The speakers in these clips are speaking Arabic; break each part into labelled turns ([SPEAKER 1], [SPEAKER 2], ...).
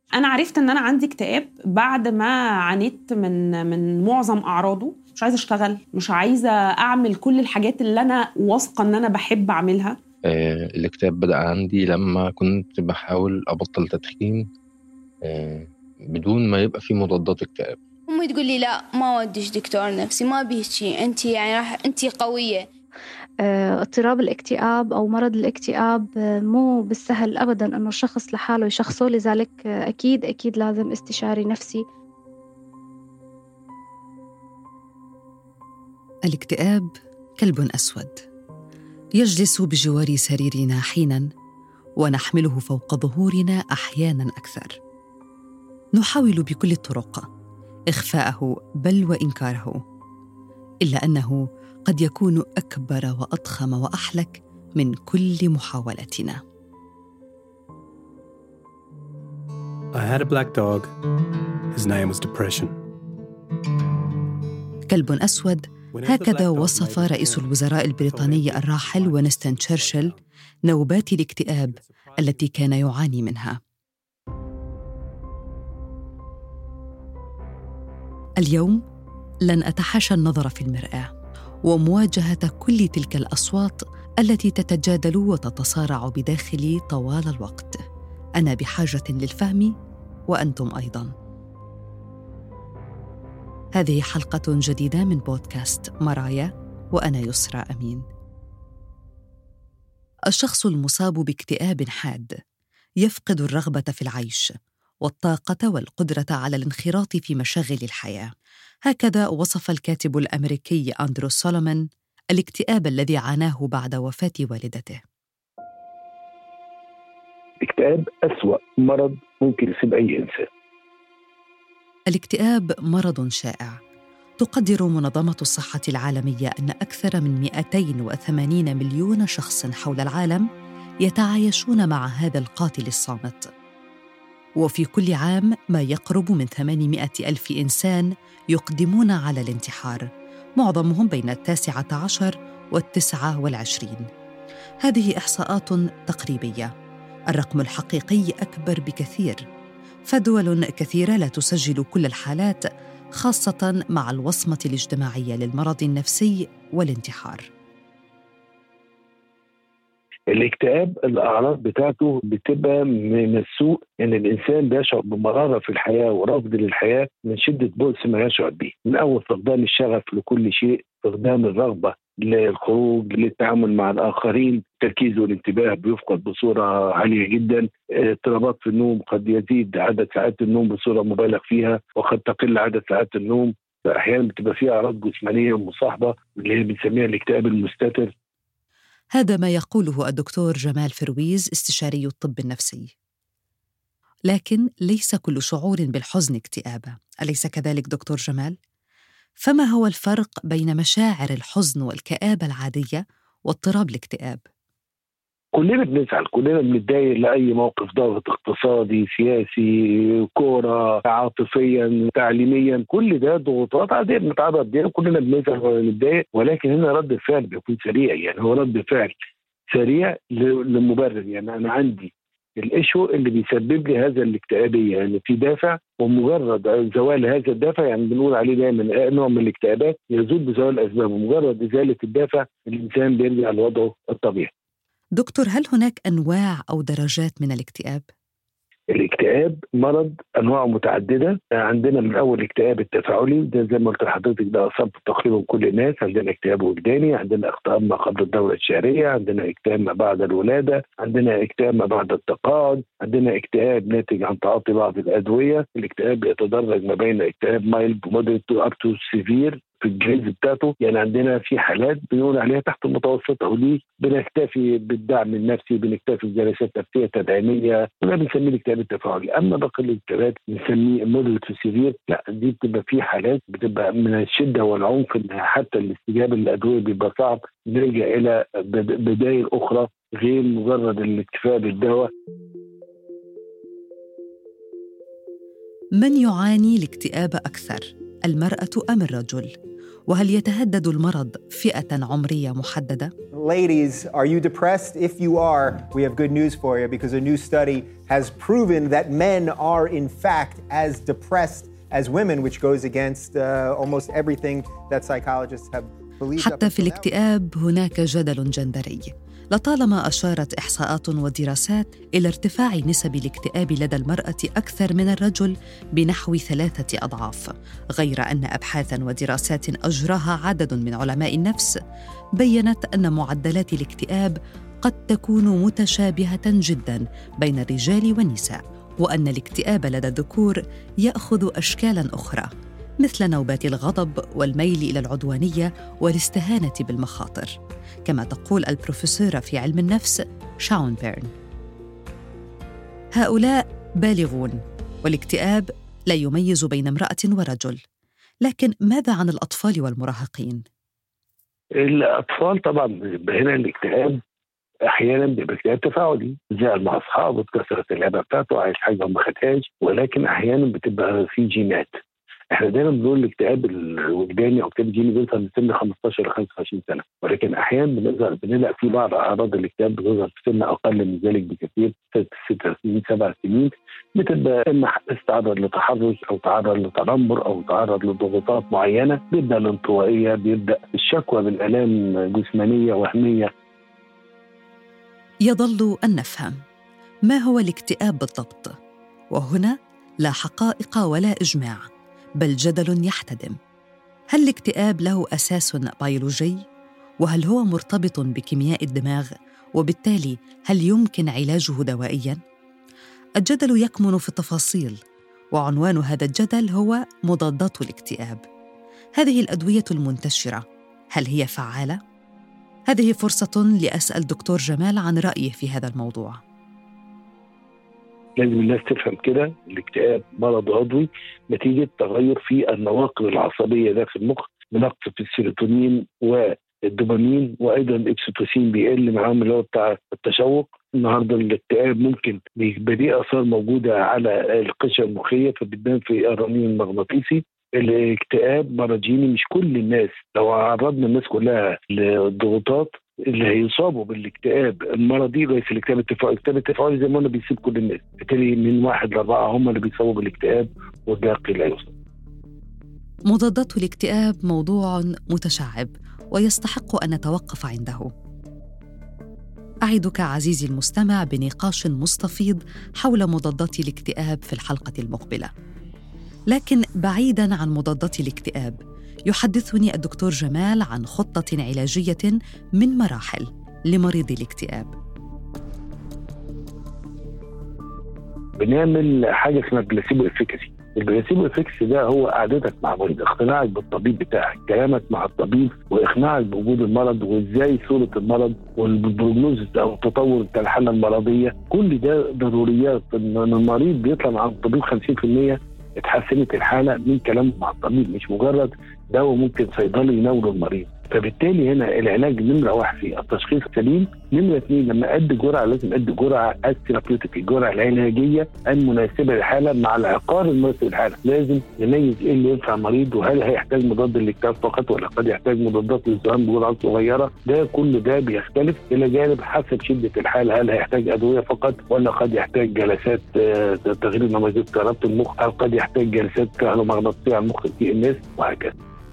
[SPEAKER 1] أنا عرفت إن أنا عندي اكتئاب بعد ما عانيت من معظم أعراضه. مش عايزة أشتغل، مش عايزة أعمل كل الحاجات اللي أنا واثقة إن أنا بحب أعملها.
[SPEAKER 2] الاكتئاب بدأ عندي لما كنت بحاول أبطل تدخين بدون ما يبقى في مضادات اكتئاب.
[SPEAKER 3] أمي تقول لي لا ما وديش دكتور نفسي، ما بيه شيء، أنت يعني أنت قوية.
[SPEAKER 4] اضطراب الاكتئاب أو مرض الاكتئاب مو بالسهل أبدا أنه الشخص لحاله يشخصه، لذلك أكيد لازم استشاري نفسي.
[SPEAKER 5] الاكتئاب كلب أسود يجلس بجوار سريرنا حيناً ونحمله فوق ظهورنا أحياناً أكثر. نحاول بكل الطرق إخفاءه بل وإنكاره، إلا أنه قد يكون أكبر وأضخم وأحلك من كل محاولاتنا.
[SPEAKER 6] I had a black dog. His name was depression.
[SPEAKER 5] كلب أسود، هكذا وصف رئيس الوزراء البريطاني الراحل وينستون تشرشل نوبات الاكتئاب التي كان يعاني منها. اليوم لن أتحاشى النظر في المرآة ومواجهة كل تلك الأصوات التي تتجادل وتتصارع بداخلي طوال الوقت. أنا بحاجة للفهم وأنتم أيضاً. هذه حلقة جديدة من بودكاست مرايا، وأنا يسرى أمين. الشخص المصاب باكتئاب حاد يفقد الرغبة في العيش والطاقة والقدرة على الانخراط في مشاغل الحياة. هكذا وصف الكاتب الأمريكي أندرو سولومون الاكتئاب الذي عاناه بعد وفاة والدته.
[SPEAKER 7] الاكتئاب أسوأ مرض ممكن يصيب أي إنسان.
[SPEAKER 5] الاكتئاب مرض شائع. تقدر منظمة الصحة العالمية أن أكثر من 280 مليون شخص حول العالم يتعايشون مع هذا القاتل الصامت. وفي كل عام ما يقرب من 800 ألف إنسان يقدمون على الانتحار، معظمهم بين 19 و29. هذه إحصاءات تقريبية، الرقم الحقيقي أكبر بكثير، فدول كثيرة لا تسجل كل الحالات، خاصة مع الوصمة الاجتماعية للمرض النفسي والانتحار.
[SPEAKER 7] الاكتئاب الأعراض بتاعته بتبقى من السوء إن الإنسان بيشعر بمرارة في الحياة ورفض للحياة من شدة بؤس ما يشعر به، من أول فقدان الشغف لكل شيء، فقدان الرغبة للخروج، للتعامل مع الآخرين، التركيز والانتباه بيفقد بصورة عالية جدا، اضطرابات في النوم، قد يزيد عدد ساعات النوم بصورة مبالغ فيها وقد تقل عدد ساعات النوم. أحيانا بتبقى فيها أعراض جسمانية مصاحبة اللي هي بنسميها الاكتئاب المستتر.
[SPEAKER 5] هذا ما يقوله الدكتور جمال فرويز استشاري الطب النفسي. لكن ليس كل شعور بالحزن اكتئابة، أليس كذلك دكتور جمال؟ فما هو الفرق بين مشاعر الحزن والكآبة العادية واضطراب الاكتئاب؟
[SPEAKER 7] كلنا بنزعل، كلنا بنتضايق لأي موقف ضغط اقتصادي، سياسي، كورة، عاطفيا، تعليميا، كل ده ضغوطات عادية بنتعرض ليها، كلنا بنزعل ونتضايق، ولكن هنا رد الفعل بيكون سريع. يعني هو رد فعل سريع لمبرر. يعني أنا عندي الإيشو اللي بيسبب لي هذا الاكتئابية، يعني في دافع، ومجرد زوال هذا الدافع، يعني بنقول عليه دايما نوع من الاكتئابات يزول بزوال الأسباب، ومجرد إزالة الدافع الإنسان بيرجع لوضعه الطبيعي.
[SPEAKER 5] دكتور، هل هناك أنواع أو درجات من الاكتئاب؟
[SPEAKER 7] الاكتئاب مرض أنواع متعددة. عندنا من أول الاكتئاب التفاعلي، ده زي ما قلت لحضرتك ده أصاب تقريبا كل الناس. عندنا اكتئاب وجداني، عندنا اكتئاب ما قبل الدورة الشهرية، عندنا اكتئاب ما بعد الولادة، عندنا اكتئاب ما بعد التقاعد، عندنا اكتئاب ناتج عن تعاطي بعض الأدوية. الاكتئاب يتدرج ما بين اكتئاب مايلد ومودريت تو اب تو سيفير في الجهاز بتاعته. يعني عندنا في حالات بنقول عليها تحت المتوسطة، ودي بنكتفي بالدعم النفسي، بنكتفي بجلسات نفسية تدعيمية، وده بنسميه الاكتئاب التفاعلي. أما باقي الاكتئابات بنسميه مودريت تو سيفير، لا دي بتبقى في حالات بتبقى من الشدة والعنف إنها حتى الاستجابة للأدوية بيبقى صعب، نرجع إلى بدائل أخرى غير مجرد الاكتفاء بالدواء.
[SPEAKER 5] من يعاني الاكتئاب أكثر، المرأة أم الرجل؟ وهل يتهدد المرض فئة عمرية محددة؟
[SPEAKER 7] هو
[SPEAKER 8] ladies, are you depressed? If you are, we have good news for you, because a new study has proven that men are in fact as depressed as women, which goes against almost everything that psychologists have believed.
[SPEAKER 5] حتى في الاكتئاب هناك جدل جندري. لطالما أشارت إحصاءات ودراسات إلى ارتفاع نسب الاكتئاب لدى المرأة أكثر من الرجل بنحو 3 أضعاف، غير أن أبحاثاً ودراسات أجراها عدد من علماء النفس بيّنت أن معدلات الاكتئاب قد تكون متشابهة جداً بين الرجال والنساء، وأن الاكتئاب لدى الذكور يأخذ أشكالاً أخرى مثل نوبات الغضب والميل إلى العدوانية والاستهانة بالمخاطر، كما تقول البروفيسورة في علم النفس شاون بيرن. هؤلاء بالغون، والاكتئاب لا يميز بين امرأة ورجل، لكن ماذا عن الأطفال والمراهقين؟
[SPEAKER 7] الأطفال طبعاً هنا الاكتئاب أحياناً بيبقى اكتئاب تفاعلي، زعل مع أصحابه، اتكسرت اللعبة بتاعته، عايز حاجة وما خدهاش، ولكن أحياناً بتبقى في جينات. احنا دايما بنقول الاكتئاب الوجداني او الاكتئاب الجيني بيظهر من سن 15 ل 25 سنه، ولكن احيانا بنلاقي في بعض اعراض الاكتئاب بتظهر في سن اقل من ذلك بكثير، 6 سنين 7 سنين، بتبقى اما استعرض لتحرش او تعرض لتنمر او تعرض لضغوطات معينه، بيبدا الانطوائيه، بيبدا الشكوى بالالام جسمانيه وهميه.
[SPEAKER 5] يظل أن نفهم ما هو الاكتئاب بالضبط، وهنا لا حقائق ولا إجماع، بل جدل يحتدم. هل الاكتئاب له أساس بيولوجي؟ وهل هو مرتبط بكيمياء الدماغ؟ وبالتالي هل يمكن علاجه دوائياً؟ الجدل يكمن في التفاصيل، وعنوان هذا الجدل هو مضادات الاكتئاب. هذه الأدوية المنتشرة هل هي فعالة؟ هذه فرصة لأسأل دكتور جمال عن رأيه في هذا الموضوع.
[SPEAKER 7] لازم الناس تفهم كده، الاكتئاب مرض عضوي نتيجة تغير في النواقل العصبية داخل المخ، بنقص في السيروتونين والدوبامين، وأيضا الإكسيتوسين بيقل معاهم اللي هو بتاع التشوق. النهارده الاكتئاب ممكن بيبقى ليه آثار موجودة على القشرة المخية، فبتبان في الرنين المغناطيسي. الاكتئاب مرض جيني، مش كل الناس، لو عرضنا الناس كلها للضغوطات اللي هيصابوا بالاكتئاب المرضي ليس الاكتئاب التفاعلي. الاكتئاب التفاعلي زي ما قلنا بيصيب كل الناس، بالتالي من 1 ل 4 هم اللي بيصابوا بالاكتئاب والباقي لا يصاب.
[SPEAKER 5] مضادات الاكتئاب موضوع متشعب ويستحق أن نتوقف عنده. أعدك عزيزي المستمع بنقاش مستفيض حول مضادات الاكتئاب في الحلقة المقبلة. لكن بعيداً عن مضادات الاكتئاب، يحدثني الدكتور جمال عن خطة علاجية من مراحل لمريض الاكتئاب.
[SPEAKER 7] بنعمل حاجة اسمها بلاسيبو إفيكاسي. البلاسيبو إفيكاسي ده هو قعدتك مع مريض، اقتناعك بالطبيب بتاعك، كلامك مع الطبيب وإقناعك بوجود المرض وإزاي صورة المرض والبروجنوز أو التطور بتاع الحالة المرضية. كل ده ضروريات إن المريض بيطلع مع الطبيب 50% اتحسنت الحالة من كلامه مع الطبيب، مش مجرد دواء ممكن صيدلي يناوله المريض. فبالتالي هنا العلاج نمرة 1 في التشخيص سليم. نمرة 2 لما أدي جرعة لازم أدي جرعة الثيرابيوتيك، الجرعة العلاجية المناسبة للحالة مع العقار المناسب للحالة. لازم نميز إيه اللي ينفع المريض، وهل هيحتاج مضاد للاكتئاب فقط ولا قد يحتاج مضادات للذهان بجرعات صغيرة. ده كل ده بيختلف إلى جانب حسب شدة الحالة، هل هيحتاج أدوية فقط ولا قد يحتاج جلسات تغيير نماذج كهرباء المخ، أو قد يحتاج جلسات كهرومغناطيسية على المخ CNS وهكذا.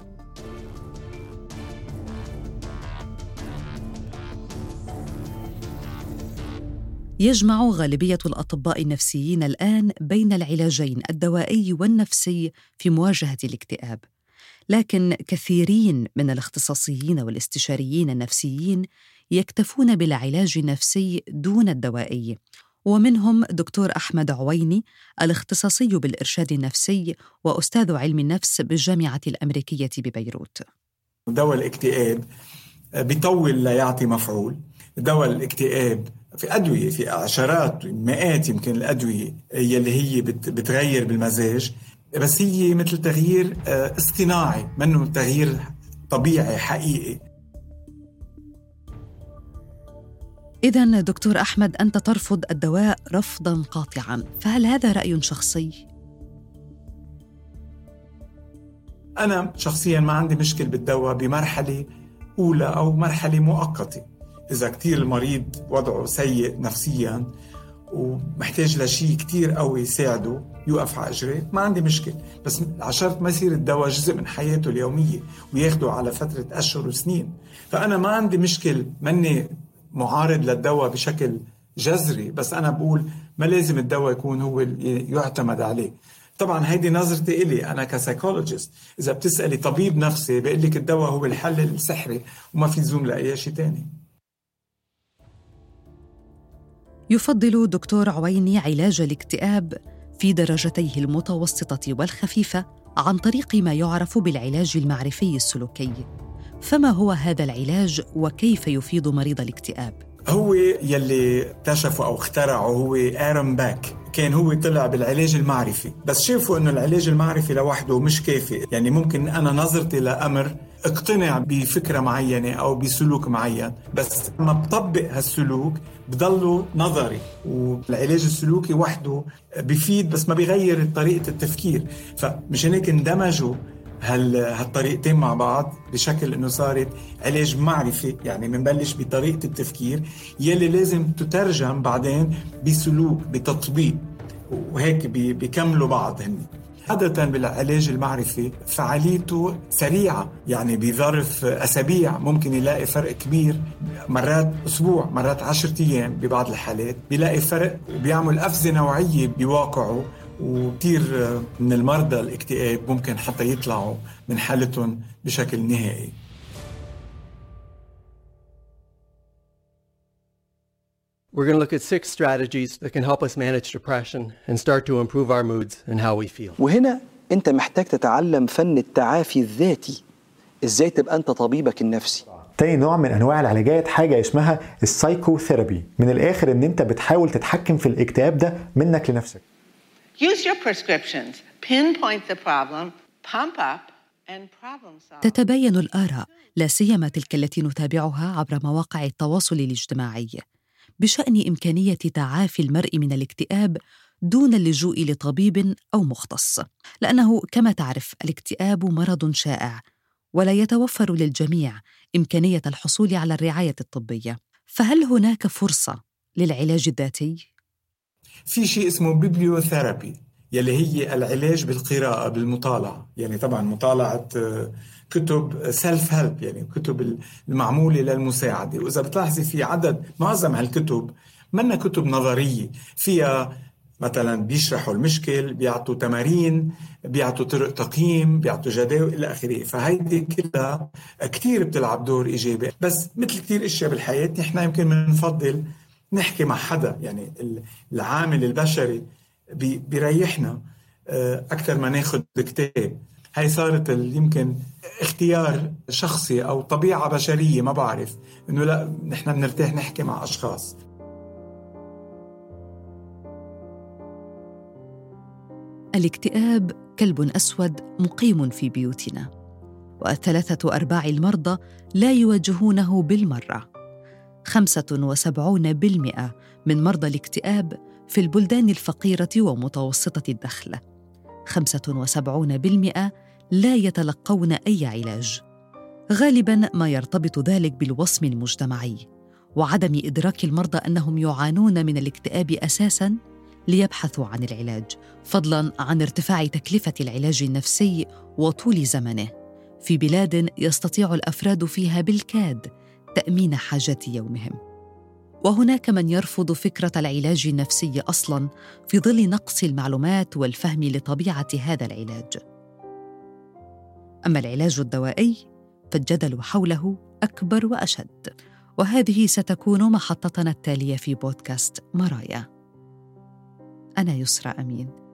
[SPEAKER 5] يجمع غالبية الأطباء النفسيين الآن بين العلاجين الدوائي والنفسي في مواجهة الاكتئاب، لكن كثيرين من الاختصاصيين والاستشاريين النفسيين يكتفون بالعلاج النفسي دون الدوائي، ومنهم دكتور أحمد عويني الاختصاصي بالإرشاد النفسي وأستاذ علم النفس بالجامعة الأمريكية ببيروت.
[SPEAKER 9] دواء الاكتئاب بيطول لا يعطي مفعول. دواء الاكتئاب في أدوية، في عشرات مئات يمكن الأدوية يلي هي بتغير بالمزاج، بس هي مثل تغيير اصطناعي منه تغيير طبيعي حقيقي.
[SPEAKER 5] إذن دكتور أحمد، أنت ترفض الدواء رفضاً قاطعاً، فهل هذا رأي شخصي؟
[SPEAKER 9] أنا شخصياً ما عندي مشكل بالدواء بمرحلة أولى أو مرحلة مؤقتة، إذا كتير المريض وضعه سيء نفسياً ومحتاج لشيء كتير قوي يساعده يوقف على إجريه، ما عندي مشكل، بس على شرط ما يصير الدواء جزء من حياته اليومية وياخده على فترة أشهر وسنين. فأنا ما عندي مشكل، مني معارض للدواء بشكل جذري، بس أنا بقول ما لازم الدواء يكون هو يعتمد عليه. طبعا هيدي نظرتي إلي أنا كسايكولوجيست. إذا بتسألي طبيب نفسي بيقول لك الدواء هو الحل السحري وما في لزوم لأي شيء تاني.
[SPEAKER 5] يفضل دكتور عويني علاج الاكتئاب في درجتيه المتوسطة والخفيفة عن طريق ما يعرف بالعلاج المعرفي السلوكي. فما هو هذا العلاج وكيف يفيد مريض الاكتئاب؟
[SPEAKER 9] هو يلي اكتشفه أو اخترعه هو آرون باك، كان هو طلع بالعلاج المعرفي، بس شافوا إنه العلاج المعرفي لوحده مش كافي. يعني ممكن أنا نظرتي لأمر اقتنع بفكرة معينة أو بسلوك معين، بس لما بطبق هالسلوك بضله نظري، والعلاج السلوكي وحده بيفيد بس ما بيغير طريقة التفكير. فمشان هيك اندمجوا هالطريقتين مع بعض بشكل انه صارت علاج معرفي، يعني منبلش بطريقة التفكير يلي لازم تترجم بعدين بسلوك بتطبيق، وهيك بيكملوا بعض. هن عادة بالعلاج المعرفي فعاليته سريعة، يعني بظرف أسابيع ممكن يلاقي فرق كبير، مرات أسبوع، مرات 10 أيام ببعض الحالات بيلاقي فرق وبيعمل أفزة نوعية بواقعه. وكثير من المرضى الاكتئاب ممكن حتى يطلعوا من حالتهم بشكل نهائي.
[SPEAKER 10] We're going to look at 6 strategies that can help us manage depression and start to improve our moods and how we feel.
[SPEAKER 11] وهنا أنت محتاج تتعلم فن التعافي الذاتي، إزاي تبقى أنت طبيبك النفسي.
[SPEAKER 12] تاني نوع من أنواع العلاجات حاجة اسمها السايكوثيرابي. من الآخر إن أنت بتحاول تتحكم في الاكتئاب ده منك لنفسك.
[SPEAKER 13] Use your prescriptions, pinpoint the problem, pump up and problem solve.
[SPEAKER 5] تتباين الآراء، لا سيما تلك التي نتابعها عبر مواقع التواصل الاجتماعي، بشأن إمكانية تعافي المرء من الاكتئاب دون اللجوء لطبيب أو مختص، لأنه كما تعرف الاكتئاب مرض شائع ولا يتوفر للجميع إمكانية الحصول على الرعاية الطبية. فهل هناك فرصة للعلاج الذاتي؟
[SPEAKER 9] في شيء اسمه بيبليوثيرابي يلي هي العلاج بالقراءة بالمطالعة، يعني طبعا مطالعة كتب سيلف هيلب، يعني كتب المعمولة للمساعدة. وإذا بتلاحظي في عدد معظم هالكتب منها كتب نظرية، فيها مثلا بيشرحوا المشكل، بيعطوا تمارين، بيعطوا طرق تقييم، بيعطوا جداول إلى آخره. فهيدي كلها كتير بتلعب دور إيجابي. بس مثل كتير إشياء بالحياة نحن يمكن بنفضل نحكي مع حدا، يعني العامل البشري بيريحنا أكثر ما ناخد كتاب. هاي صارت يمكن اختيار شخصي أو طبيعة بشرية، ما بعرف، إنه لا نحن بنرتاح نحكي مع أشخاص.
[SPEAKER 5] الاكتئاب كلب أسود مقيم في بيوتنا، و3/4 المرضى لا يواجهونه بالمرة. 75% من مرضى الاكتئاب في البلدان الفقيرة ومتوسطة الدخل. 75% لا يتلقون أي علاج. غالباً ما يرتبط ذلك بالوصم المجتمعي وعدم إدراك المرضى أنهم يعانون من الاكتئاب أساساً ليبحثوا عن العلاج، فضلاً عن ارتفاع تكلفة العلاج النفسي وطول زمنه في بلاد يستطيع الأفراد فيها بالكاد تأمين حاجات يومهم. وهناك من يرفض فكرة العلاج النفسي أصلاً في ظل نقص المعلومات والفهم لطبيعة هذا العلاج. أما العلاج الدوائي فالجدل حوله أكبر وأشد، وهذه ستكون محطتنا التالية في بودكاست مرايا. أنا يسرى أمين.